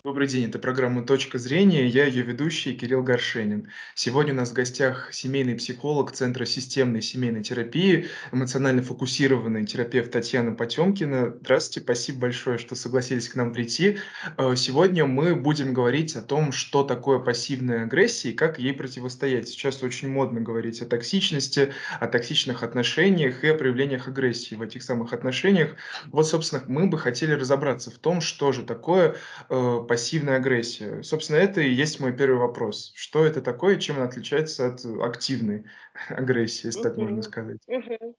Добрый день, это программа «Точка зрения», я ее ведущий Кирилл Горшенин. Сегодня у нас в гостях семейный психолог Центра системной семейной терапии, эмоционально фокусированный терапевт Татьяна Потемкина. Здравствуйте, спасибо большое, что согласились к нам прийти. Сегодня мы будем говорить о том, что такое пассивная агрессия и как ей противостоять. Сейчас очень модно говорить о токсичности, о токсичных отношениях и о проявлениях агрессии в этих самых отношениях. Вот, собственно, мы бы хотели разобраться в том, что же такое пассивная агрессия. Собственно, это и есть мой первый вопрос. Что это такое, чем она отличается от активной агрессии, если так можно Мгм. сказать? Мгм.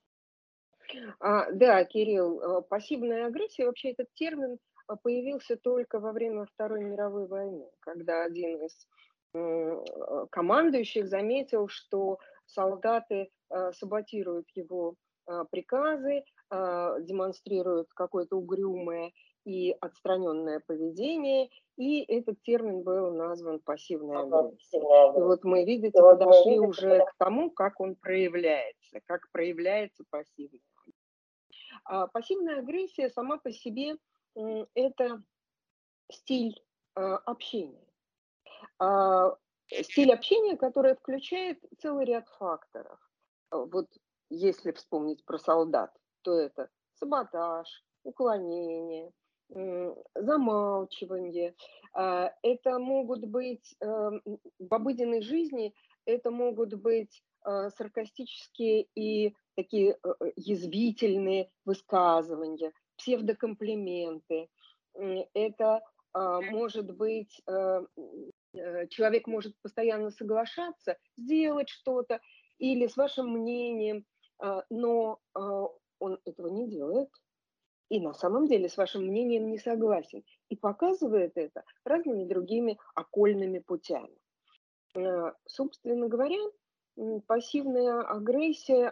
Да, Кирилл, пассивная агрессия, вообще этот термин появился только во время Второй мировой войны, когда один из командующих заметил, что солдаты саботируют его приказы, демонстрируют какое-то угрюмое и отстраненное поведение, и этот термин был назван пассивной агрессией. И вот мы, И видите, вот мы подошли видим, уже к тому, как он проявляется, как проявляется пассивный. Пассивная агрессия сама по себе это стиль общения. А, Стиль общения, который включает целый ряд факторов. Вот если вспомнить про солдат, то это саботаж, уклонение, замалчивание. Это могут быть в обыденной жизни, это могут быть саркастические и такие язвительные высказывания, псевдокомплименты. Это может быть человек может постоянно соглашаться, сделать что-то или с вашим мнением, но он этого не делает и на самом деле с вашим мнением не согласен. И показывает это разными другими окольными путями. Собственно говоря, пассивная агрессия,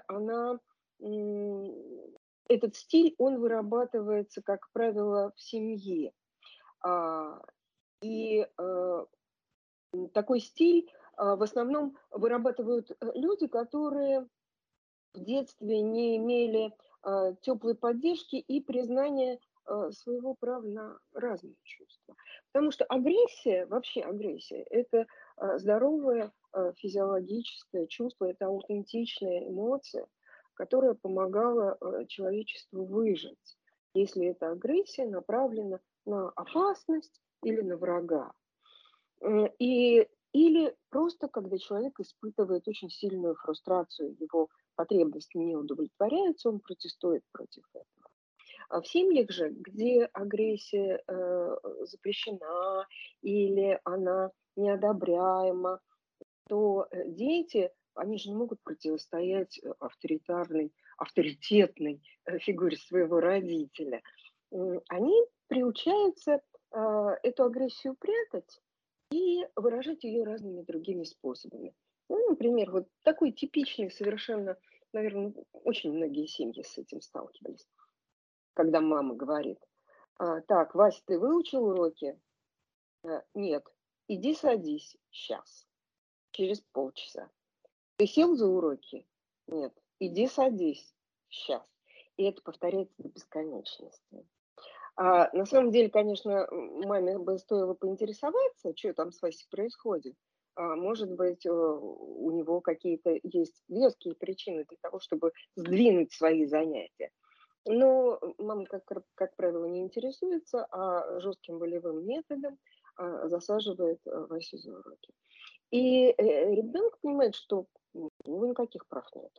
этот стиль, он вырабатывается, как правило, в семье. А, И такой стиль в основном вырабатывают люди, которые в детстве не имели теплой поддержки и признания своего права на разные чувства. Потому что агрессия, вообще агрессия, это здоровое физиологическое чувство, это аутентичная эмоция, которая помогала человечеству выжить, если эта агрессия направлена на опасность или на врага. Или просто когда человек испытывает очень сильную фрустрацию, его потребности не удовлетворяются, он протестует против этого. А в семьях же, где агрессия запрещена или она неодобряема, то дети, они же не могут противостоять авторитетной фигуре своего родителя. Они приучаются эту агрессию прятать и выражать ее разными другими способами. Ну, например, вот такой типичный совершенно, наверное, очень многие семьи с этим сталкивались, когда мама говорит: так, Вася, ты выучил уроки? Нет, иди садись, сейчас, через полчаса. Ты сел за уроки? Нет, иди садись, сейчас. И это повторяется до бесконечности. На самом деле, конечно, маме бы стоило поинтересоваться, что там с Васей происходит. Может быть, у него какие-то есть веские причины для того, чтобы сдвинуть свои занятия. Но мама, как правило, не интересуется, а жестким волевым методом засаживает Васю за уроки. И ребенок понимает, что у него никаких прав нету.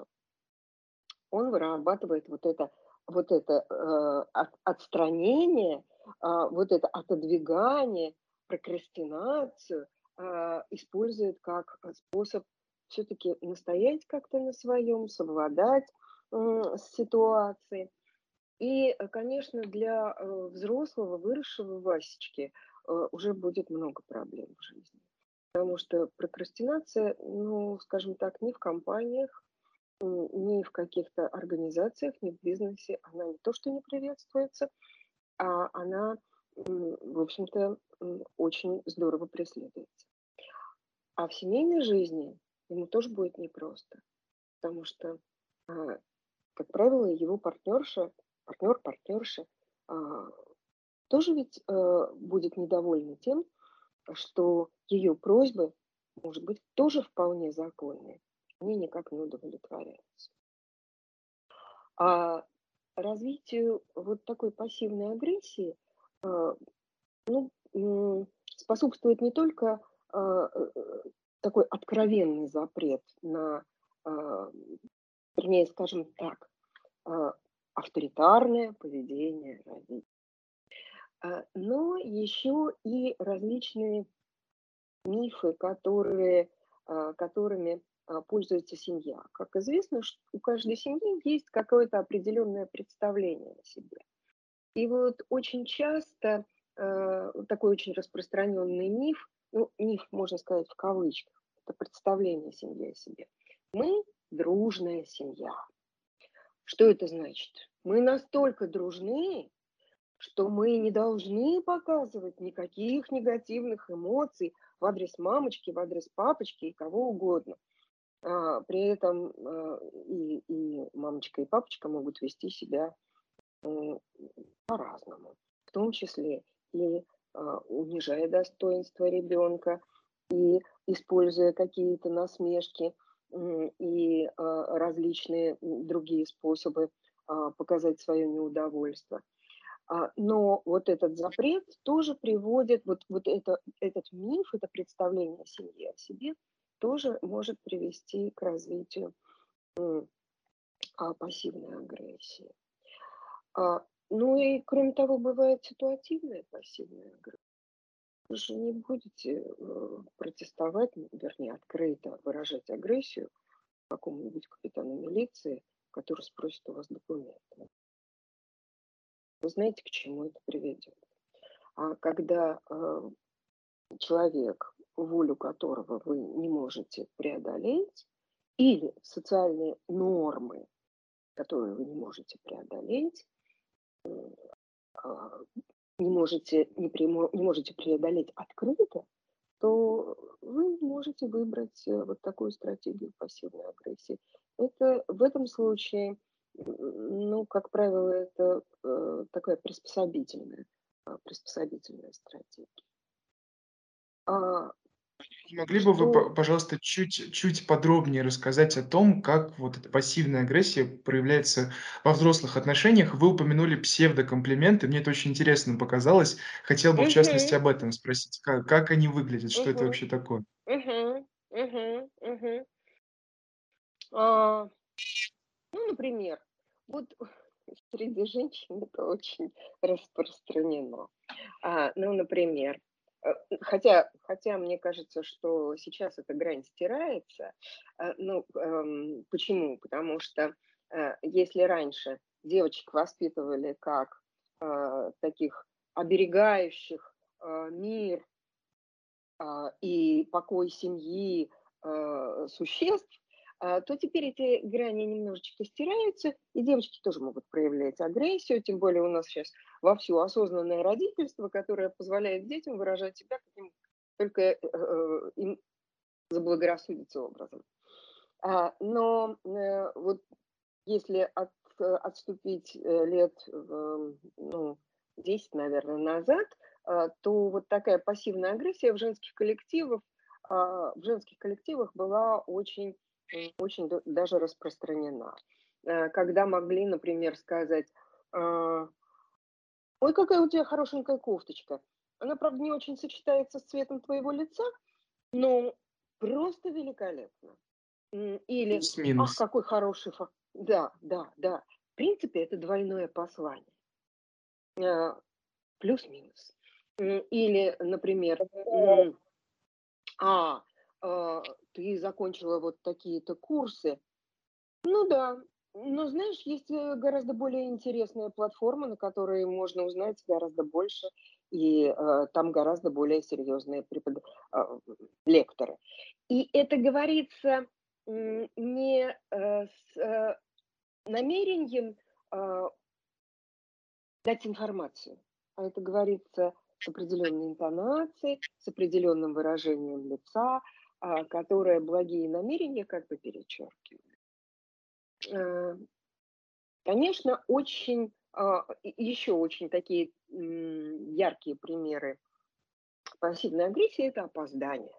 Он вырабатывает вот это отстранение, вот это отодвигание, прокрастинацию, использует как способ все-таки настоять как-то на своем, совладать с ситуацией. И, конечно, для взрослого, выросшего Васечки уже будет много проблем в жизни. Потому что прокрастинация, ну, скажем так, ни в компаниях, ни в каких-то организациях, ни в бизнесе она не то что не приветствуется, а она, в общем-то, очень здорово преследуется. А в семейной жизни ему тоже будет непросто, потому что, а, как правило, его партнерша, партнер, партнерша тоже ведь будет недовольна тем, что ее просьбы, может быть, тоже вполне законные, они никак не удовлетворяются. А развитию вот такой пассивной агрессии э, способствует не только такой откровенный запрет на, а, вернее, скажем так, а, авторитарное поведение родителей, но еще и различные мифы, которыми пользуется семья. Как известно, у каждой семьи есть какое-то определенное представление о себе. И вот очень часто такой очень распространенный миф, ну, миф, можно сказать, в кавычках, это представление семьи о себе. Мы дружная семья. Что это значит? Мы настолько дружны, что мы не должны показывать никаких негативных эмоций в адрес мамочки, в адрес папочки и кого угодно. При этом и мамочка, и папочка могут вести себя по-разному, в том числе и унижая достоинство ребенка, и используя какие-то насмешки и различные другие способы показать свое неудовольство. Но вот этот запрет тоже приводит, этот миф, это представление семьи о себе тоже может привести к развитию пассивной агрессии. Ну и кроме того, бывает ситуативная пассивная агрессия. Вы же не будете протестовать, вернее, открыто выражать агрессию какому-нибудь капитану милиции, который спросит у вас документы. Вы знаете, к чему это приведет? Когда человек, волю которого вы не можете преодолеть, или социальные нормы, которые вы не можете преодолеть, а, не можете преодолеть открыто, то вы можете выбрать вот такую стратегию пассивной агрессии. Это в этом случае, ну, как правило, это такая приспособительная стратегия. А, Не могли бы вы, что пожалуйста, чуть подробнее рассказать о том, как вот эта пассивная агрессия проявляется во взрослых отношениях? Вы упомянули псевдокомплименты, мне это очень интересно показалось. Хотел бы, в частности, Мгм, об этом спросить. Как они выглядят? Что это мгм, вообще такое? мгм, мгм, мгм. А, ну, например, вот среди женщин это очень распространено. Ну, например, хотя мне кажется, что сейчас эта грань стирается. Почему? Потому что если раньше девочек воспитывали как таких оберегающих мир и покой семьи существ, то теперь эти грани немножечко стираются, и девочки тоже могут проявлять агрессию, тем более у нас сейчас вовсю осознанное родительство, которое позволяет детям выражать себя каким только им заблагорассудится образом. Но вот если отступить лет, ну, 10, наверное, назад, то вот такая пассивная агрессия в женских коллективах была очень даже распространена. Когда могли, например, сказать: а, «Ой, какая у тебя хорошенькая кофточка. Она, правда, не очень сочетается с цветом твоего лица, но просто великолепно». Или «Ах, Плюс-минус. какой хороший Да, да, да. В принципе, это двойное послание. Э, Плюс-минус. Или, например, «А, ты закончила вот такие-то курсы». Ну да, но знаешь, есть гораздо более интересная платформа, на которой можно узнать гораздо больше, и там гораздо более серьезные лекторы. И это говорится не с намерением а, дать информацию, а это говорится с определенной интонацией, с определенным выражением лица, которое благие намерения как бы перечеркивает. Э, Конечно, еще очень такие яркие примеры пассивной агрессии — это опоздание.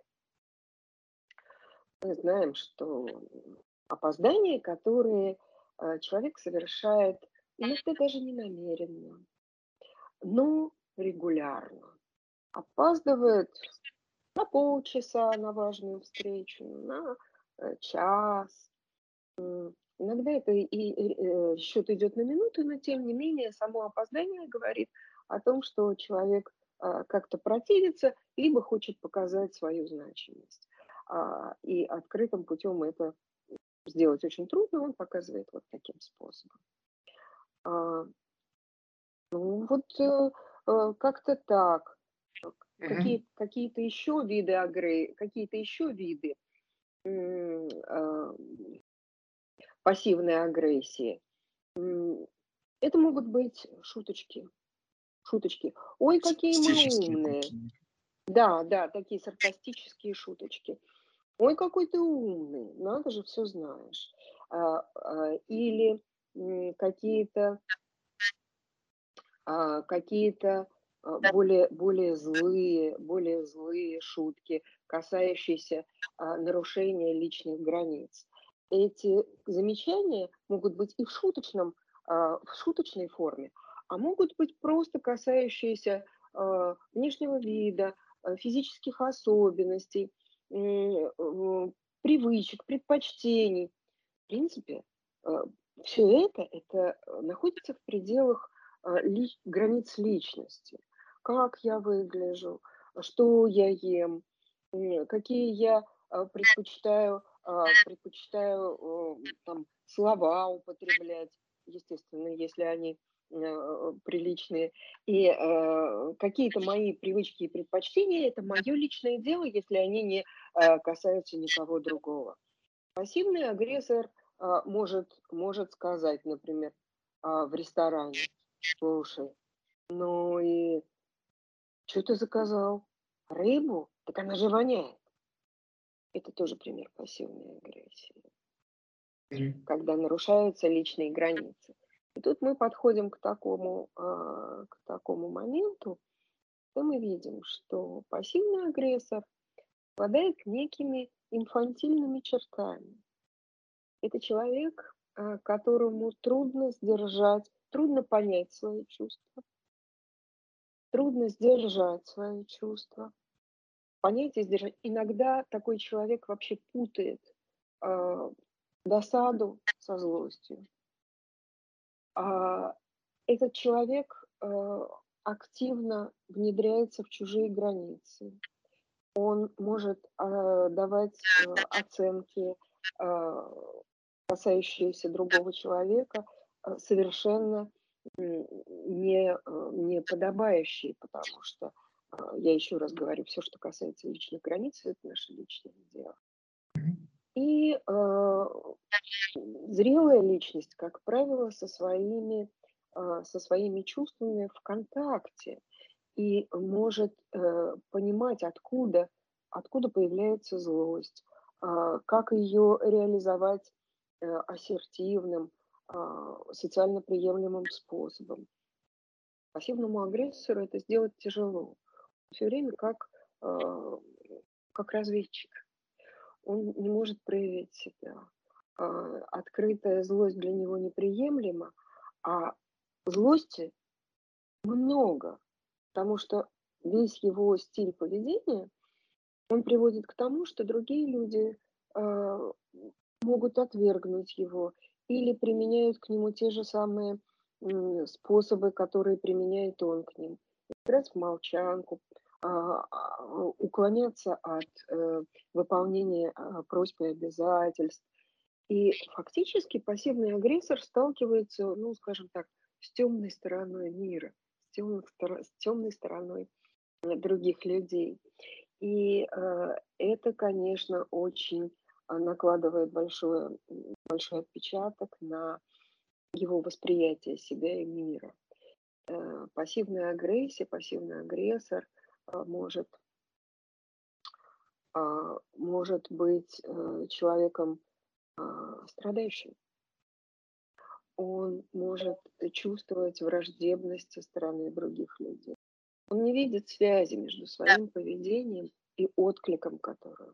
Мы знаем, что опоздания, которые человек совершает иногда даже не намеренно, но регулярно. Опаздывает на полчаса на важную встречу, на час. Иногда это счет идет на минуты, но тем не менее само опоздание говорит о том, что человек как-то противится, либо хочет показать свою значимость. И открытым путем это сделать очень трудно, он показывает вот таким способом. А, Ну вот как-то так. Мгм. Какие-то еще виды какие-то еще виды м, а, пассивной агрессии. М, Это могут быть шуточки. Шуточки. Ой, какие мы Саркастические умные. такие. Да, да, такие саркастические шуточки. Ой, какой ты умный, надо же, все знаешь. Или какие-то более злые шутки, касающиеся нарушения личных границ. Эти замечания могут быть и в шуточной форме, а могут быть просто касающиеся внешнего вида, физических особенностей, привычек, предпочтений. В принципе, все это находится в пределах границ личности. Как я выгляжу, что я ем, какие я предпочитаю там слова употреблять, естественно, если они приличные. И какие-то мои привычки и предпочтения — это мое личное дело, если они не касаются никого другого. Пассивный агрессор может сказать, например, в ресторане: "Слушай, ну и что ты заказал? Рыбу? Так она же воняет". Это тоже пример пассивной агрессии, Мгм. когда нарушаются личные границы. И тут мы подходим к такому моменту, что мы видим, что пассивный агрессор обладает некими инфантильными чертами. Это человек, которому трудно понять свои чувства, трудно сдержать свои чувства, понять и сдержать. Иногда такой человек вообще путает а, досаду со злостью. А этот человек активно внедряется в чужие границы. Он может давать оценки, а, касающиеся другого человека, совершенно не подобающие, потому что, я еще раз говорю, все, что касается личных границ — это наше личное дело. Мгм. И зрелая личность, как правило, со своими чувствами в контакте и может понимать, откуда появляется злость, как ее реализовать ассертивным, социально приемлемым способом. Пассивному агрессору это сделать тяжело. Все время э, как разведчик. Он не может проявить себя. Открытая злость для него неприемлема, а злости много, потому что весь его стиль поведения, он приводит к тому, что другие люди а, могут отвергнуть его или применяют к нему те же самые способы, которые применяет он к ним. Играть в молчанку, уклоняться от выполнения просьб и обязательств. И фактически пассивный агрессор сталкивается, ну, скажем так, с темной стороной мира, с темной стороной других людей. И это, конечно, очень накладывает большой отпечаток на его восприятие себя и мира. Пассивный агрессор может, может быть человеком страдающим. Он может чувствовать враждебность со стороны других людей. Он не видит связи между своим поведением и откликом, который.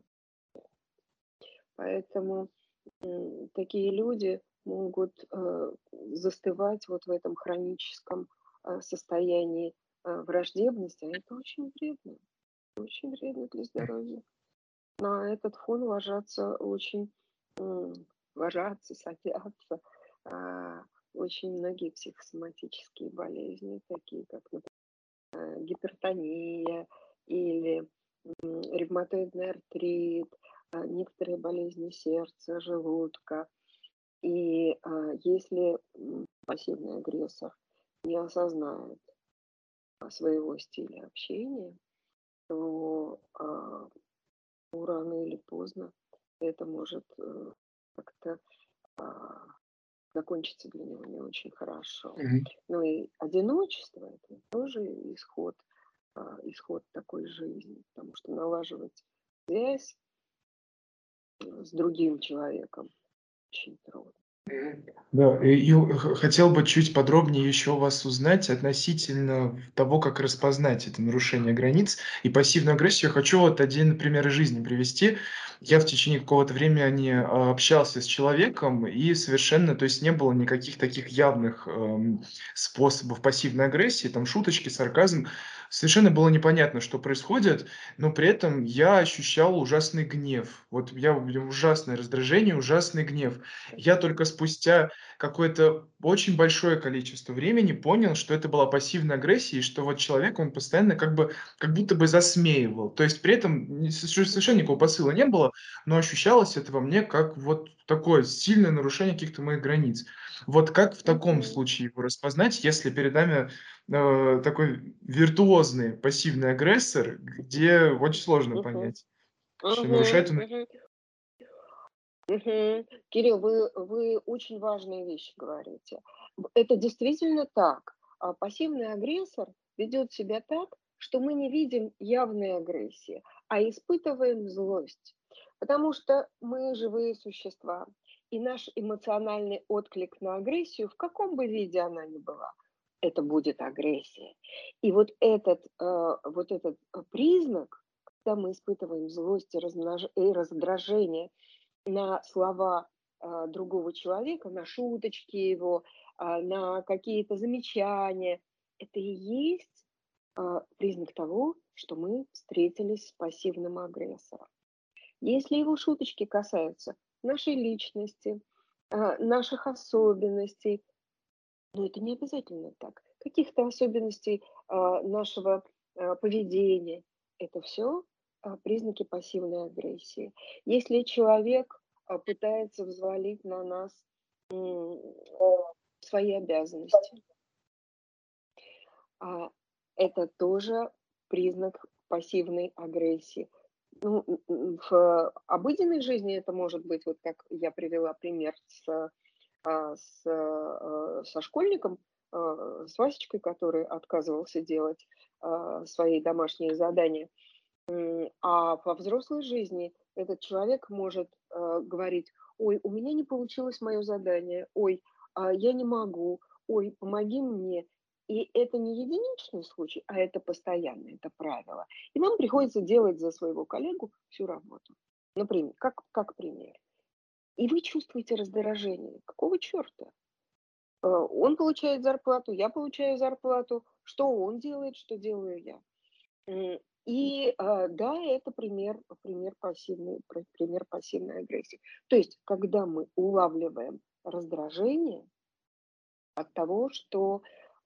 Поэтому такие люди могут застывать вот в этом хроническом состоянии враждебности, а это очень вредно для здоровья. На этот фон м, садятся а, очень многие психосоматические болезни, такие как, гипертония или ревматоидный артрит, некоторые болезни сердца, желудка. И если пассивный агрессор не осознает своего стиля общения, то рано или поздно это может как-то а, закончиться для него не очень хорошо. Мгм. Ну и одиночество — это тоже исход такой жизни, потому что налаживать связь с другим человеком очень трудно. Да, и хотел бы чуть подробнее еще у вас узнать относительно того, как распознать это нарушение границ и пассивную агрессию. Хочу вот один пример из жизни привести. Я в течение какого-то времени, общался с человеком, и совершенно, то есть не было никаких таких явных, способов пассивной агрессии, там шуточки, сарказм. Совершенно было непонятно, что происходит, но при этом я ощущал ужасный гнев. Вот я у меня ужасное раздражение, ужасный гнев. Я только спустя какое-то очень большое количество времени понял, что это была пассивная агрессия, и что вот человек, он постоянно как бы, как будто бы засмеивал. То есть при этом совершенно никакого посыла не было, но ощущалось это во мне как вот такое сильное нарушение каких-то моих границ. Вот как в таком Мгм. случае его распознать, если перед нами такой виртуозный пассивный агрессор, где очень сложно Мгм. понять, что Мгм. нарушает он. Мгм. Мгм. Кирилл, вы очень важные вещи говорите. Это действительно так. Пассивный агрессор ведет себя так, что мы не видим явной агрессии, а испытываем злость. Потому что мы живые существа, и наш эмоциональный отклик на агрессию, в каком бы виде она ни была, это будет агрессия. И вот этот признак, когда мы испытываем злость и раздражение на слова другого человека, на шуточки его, на какие-то замечания. Это и есть признак того, что мы встретились с пассивным агрессором. Если его шуточки касаются нашей личности, наших особенностей, но это не обязательно так, каких-то особенностей нашего поведения, это все признаки пассивной агрессии. Если человек пытается взвалить на нас м, свои обязанности, а, это тоже признак пассивной агрессии. Ну, в обыденной жизни это может быть, вот как я привела пример со школьником, с Васечкой, который отказывался делать свои домашние задания. А во взрослой жизни этот человек может говорить: ой, у меня не получилось мое задание, ой, я не могу, ой, помоги мне. И это не единичный случай, а это постоянно, это правило. И вам приходится делать за своего коллегу всю работу. Например, как пример. И вы чувствуете раздражение. Какого черта? Он получает зарплату, я получаю зарплату. Что он делает, что делаю я? Да, это пример пассивной агрессии. То есть, когда мы улавливаем раздражение от того, что,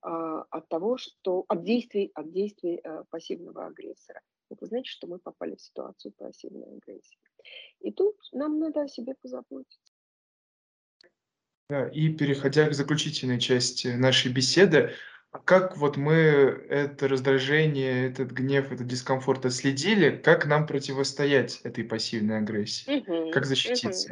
от действий пассивного агрессора, это значит, что мы попали в ситуацию пассивной агрессии. И тут нам надо о себе позаботиться. Да, и переходя к заключительной части нашей беседы, а как вот мы это раздражение, этот гнев, этот дискомфорт отследили, как нам противостоять этой пассивной агрессии? Как Мгм, мгм. защититься?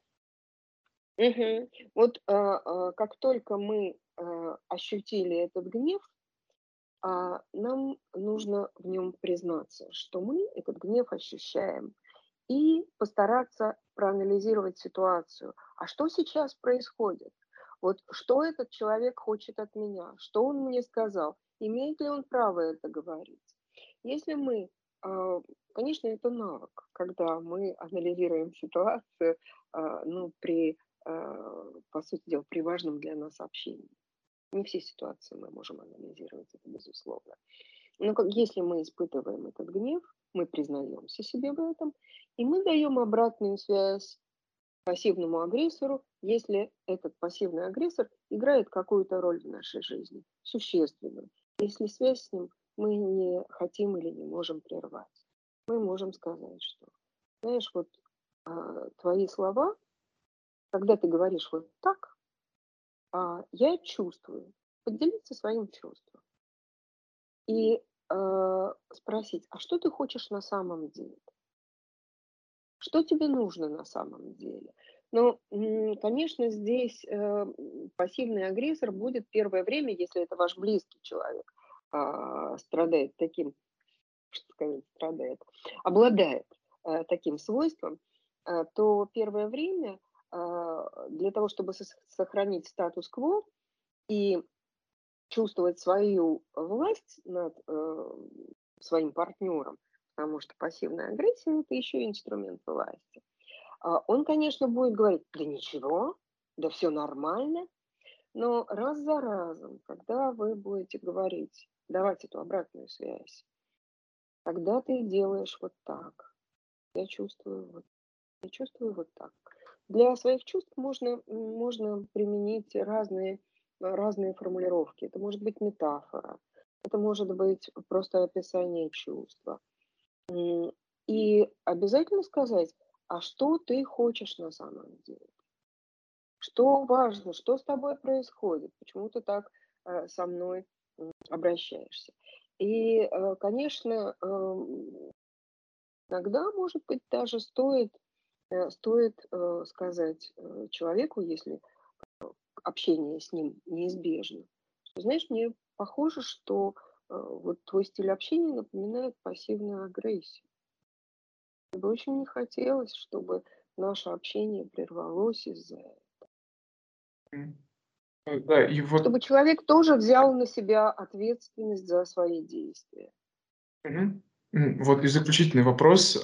Мгм. Вот, как только мы, ощутили этот гнев, нам нужно в нем признаться, что мы этот гнев ощущаем, и постараться проанализировать ситуацию. А что сейчас происходит? Вот что этот человек хочет от меня? Что он мне сказал? Имеет ли он право это говорить? Если мы, конечно, это навык, когда мы анализируем ситуацию, ну, по сути дела, при важном для нас общении. Не все ситуации мы можем анализировать, это безусловно. Но если мы испытываем этот гнев, мы признаемся себе в этом, и мы даем обратную связь пассивному агрессору, если этот пассивный агрессор играет какую-то роль в нашей жизни, существенную. Если связь с ним мы не хотим или не можем прервать, мы можем сказать, что, знаешь, вот твои слова, когда ты говоришь вот так, я чувствую, поделиться своим чувством и спросить, а что ты хочешь на самом деле? Что тебе нужно на самом деле? Ну, конечно, здесь пассивный агрессор будет первое время, если это ваш близкий человек, страдает таким, что сказать, страдает, обладает таким свойством, то первое время для того, чтобы сохранить статус-кво и чувствовать свою власть над своим партнером, потому что пассивная агрессия – это еще и инструмент власти. Он, конечно, будет говорить: да ничего, да все нормально. Но раз за разом, когда вы будете говорить, давать эту обратную связь, когда ты делаешь вот так, я чувствую вот, я чувствую вот так. Для своих чувств можно применить разные формулировки. Это может быть метафора, это может быть просто описание чувства. И обязательно сказать, а что ты хочешь на самом деле? Что важно, что с тобой происходит, почему ты так со мной обращаешься. И, конечно, иногда, может быть, даже стоит сказать человеку, если общение с ним неизбежно, что, знаешь, мне похоже, что вот твой стиль общения напоминает пассивную агрессию. Мне бы очень не хотелось, чтобы наше общение прервалось из-за этого. Да, и вот. Чтобы человек тоже взял на себя ответственность за свои действия. Мгм. Вот и заключительный вопрос.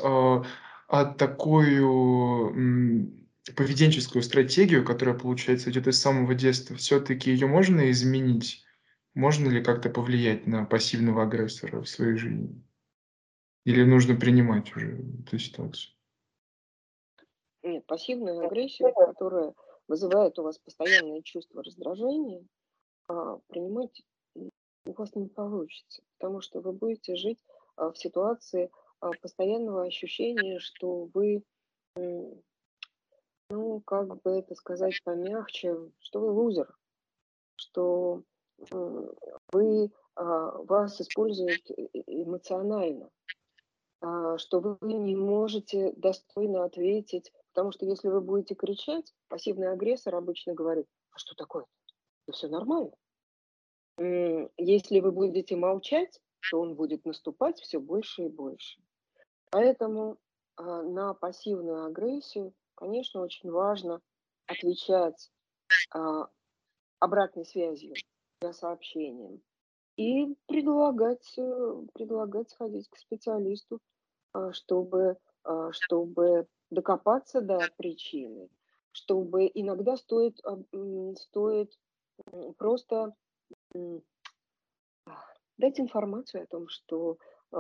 Такую, поведенческую стратегию, которая, получается, идет из самого детства, все таки ее можно изменить? Можно ли как-то повлиять на пассивного агрессора в своей жизни? Или нужно принимать уже эту ситуацию? Нет, пассивную агрессию, которая вызывает у вас постоянное чувство раздражения, принимать у вас не получится, потому что вы будете жить в ситуации постоянного ощущения, что вы, м, ну, как бы это сказать помягче, что вы лузер, что м, вас используют эмоционально, что вы не можете достойно ответить, потому что если вы будете кричать, пассивный агрессор обычно говорит: а что такое? Все нормально. Если вы будете молчать, то он будет наступать все больше и больше. Поэтому на пассивную агрессию, конечно, очень важно отвечать а, обратной связью, сообщением и предлагать сходить к специалисту, чтобы докопаться до причины, чтобы иногда стоит просто м, дать информацию о том, что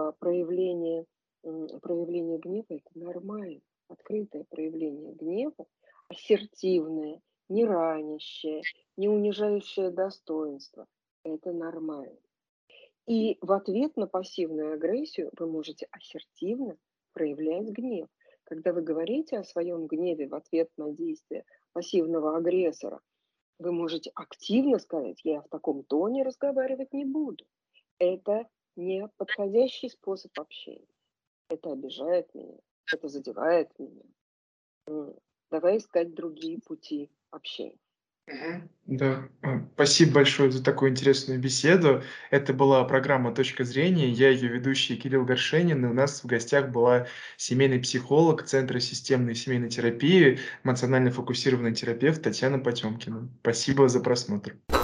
проявление гнева – это нормально, открытое проявление гнева, ассертивное, не ранящее, не унижающее достоинство – это нормально. И в ответ на пассивную агрессию вы можете ассертивно проявлять гнев. Когда вы говорите о своем гневе в ответ на действие пассивного агрессора, вы можете активно сказать: я в таком тоне разговаривать не буду. Это не подходящий способ общения. Это обижает меня, это задевает меня. Давай искать другие пути общения. Да, спасибо большое за такую интересную беседу. Это была программа "Точка зрения". Я ее ведущий Кирилл Горшенин, и у нас в гостях была семейный психолог Центра системной семейной терапии, эмоционально фокусированный терапевт Татьяна Потемкина. Спасибо за просмотр.